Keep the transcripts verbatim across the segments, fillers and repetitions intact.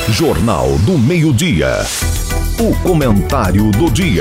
Jornal do Meio-Dia. O comentário do dia.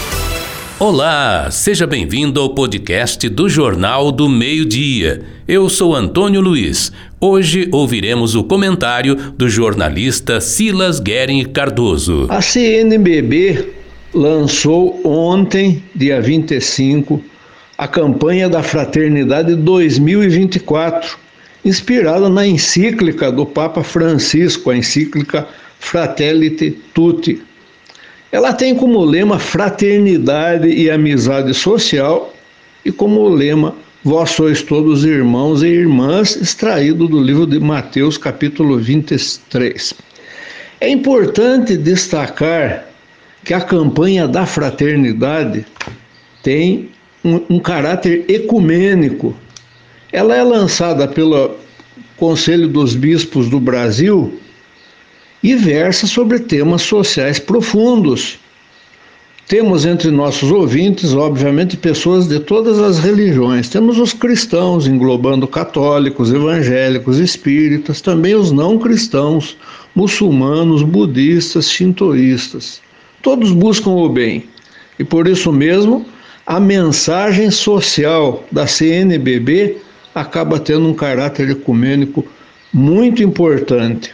Olá, seja bem-vindo ao podcast do Jornal do Meio-Dia. Eu sou Antônio Luiz. Hoje ouviremos o comentário do jornalista Silas Guerin Cardoso. A C N B B lançou ontem, dia vinte e cinco, a campanha da Fraternidade dois mil e vinte e quatro, inspirada na encíclica do Papa Francisco, a encíclica Fratelli Tutti. Ela tem como lema fraternidade e amizade social e como lema vós sois todos irmãos e irmãs, extraído do livro de Mateus, capítulo vinte e três. É importante destacar que a campanha da fraternidade tem um, um caráter ecumênico. Ela é lançada pelo Conselho dos Bispos do Brasil e versa sobre temas sociais profundos. Temos entre nossos ouvintes, obviamente, pessoas de todas as religiões. Temos os cristãos, englobando católicos, evangélicos, espíritas, também os não cristãos, muçulmanos, budistas, shintoístas. Todos buscam o bem. E por isso mesmo, a mensagem social da C N B B acaba tendo um caráter ecumênico muito importante.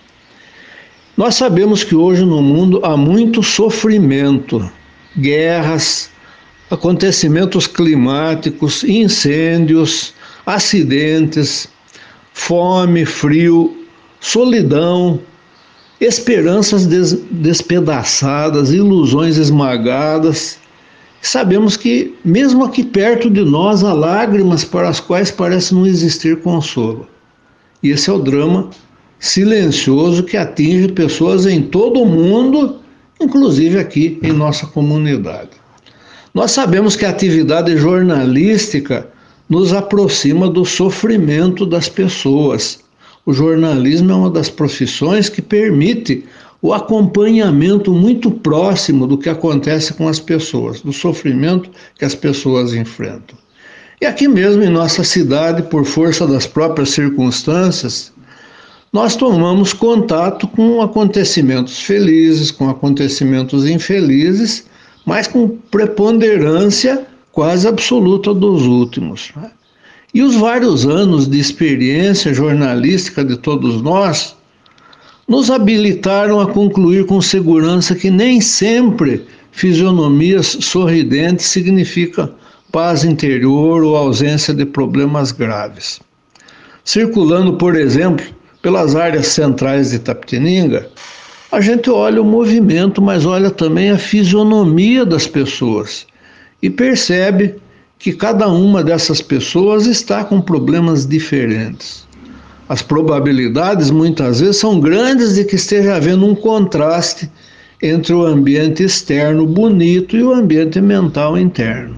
Nós sabemos que hoje no mundo há muito sofrimento, guerras, acontecimentos climáticos, incêndios, acidentes, fome, frio, solidão, esperanças des- despedaçadas, ilusões esmagadas. Sabemos que, mesmo aqui perto de nós, há lágrimas para as quais parece não existir consolo. E esse é o drama silencioso que atinge pessoas em todo o mundo, inclusive aqui em nossa comunidade. Nós sabemos que a atividade jornalística nos aproxima do sofrimento das pessoas. O jornalismo é uma das profissões que permite o acompanhamento muito próximo do que acontece com as pessoas, do sofrimento que as pessoas enfrentam. E aqui mesmo em nossa cidade, por força das próprias circunstâncias, nós tomamos contato com acontecimentos felizes, com acontecimentos infelizes, mas com preponderância quase absoluta dos últimos. E os vários anos de experiência jornalística de todos nós nos habilitaram a concluir com segurança que nem sempre fisionomias sorridentes significa paz interior ou ausência de problemas graves. Circulando, por exemplo, pelas áreas centrais de Itapetininga, a gente olha o movimento, mas olha também a fisionomia das pessoas e percebe que cada uma dessas pessoas está com problemas diferentes. As probabilidades muitas vezes são grandes de que esteja havendo um contraste entre o ambiente externo bonito e o ambiente mental interno.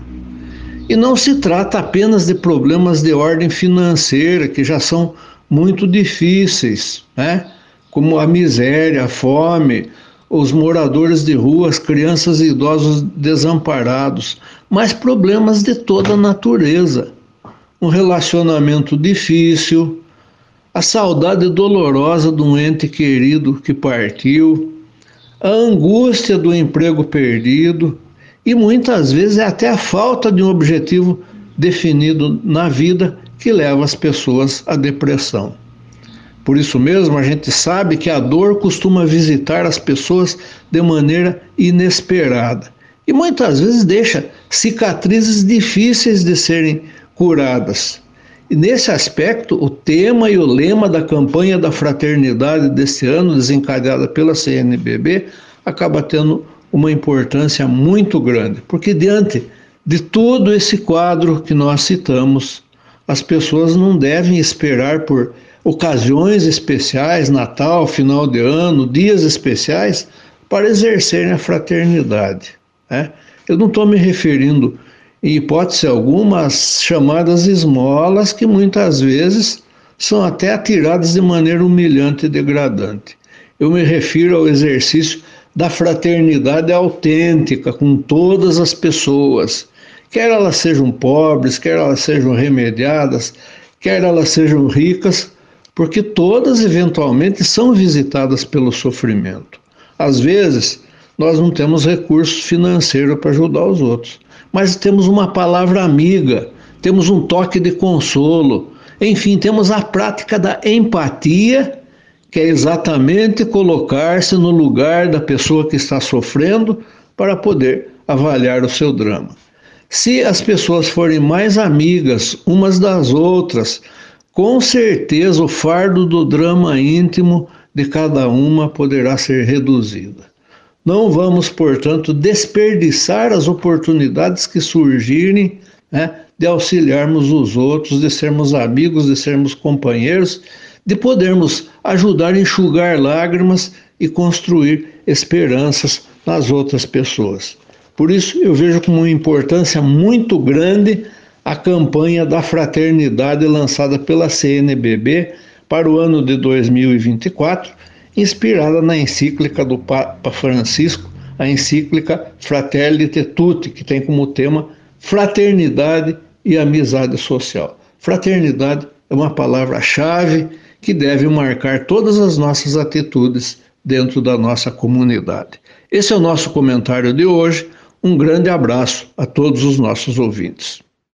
E não se trata apenas de problemas de ordem financeira, que já são muito difíceis, né? Como a miséria, a fome, os moradores de rua, as crianças e idosos desamparados, mas problemas de toda a natureza. Um relacionamento difícil, a saudade dolorosa de um ente querido que partiu, a angústia do emprego perdido e muitas vezes é até a falta de um objetivo definido na vida que leva as pessoas à depressão. Por isso mesmo, a gente sabe que a dor costuma visitar as pessoas de maneira inesperada e muitas vezes deixa cicatrizes difíceis de serem curadas. E nesse aspecto, o tema e o lema da campanha da fraternidade deste ano, desencadeada pela C N B B, acaba tendo uma importância muito grande, porque diante de todo esse quadro que nós citamos, as pessoas não devem esperar por ocasiões especiais, Natal, final de ano, dias especiais, para exercerem a fraternidade, né? Eu não estou me referindo, em hipótese alguma, às chamadas esmolas, que muitas vezes são até atiradas de maneira humilhante e degradante. Eu me refiro ao exercício da fraternidade autêntica com todas as pessoas, quer elas sejam pobres, quer elas sejam remediadas, quer elas sejam ricas, porque todas eventualmente são visitadas pelo sofrimento. Às vezes, nós não temos recursos financeiros para ajudar os outros, mas temos uma palavra amiga, temos um toque de consolo, enfim, temos a prática da empatia, que é exatamente colocar-se no lugar da pessoa que está sofrendo para poder avaliar o seu drama. Se as pessoas forem mais amigas umas das outras, com certeza o fardo do drama íntimo de cada uma poderá ser reduzido. Não vamos, portanto, desperdiçar as oportunidades que surgirem, né, de auxiliarmos os outros, de sermos amigos, de sermos companheiros, de podermos ajudar a enxugar lágrimas e construir esperanças nas outras pessoas. Por isso, eu vejo com uma importância muito grande a campanha da fraternidade lançada pela C N B B para o ano de dois mil e vinte e quatro, inspirada na encíclica do Papa Francisco, a encíclica Fratelli Tutti, que tem como tema fraternidade e amizade social. Fraternidade é uma palavra-chave que deve marcar todas as nossas atitudes dentro da nossa comunidade. Esse é o nosso comentário de hoje. Um grande abraço a todos os nossos ouvintes.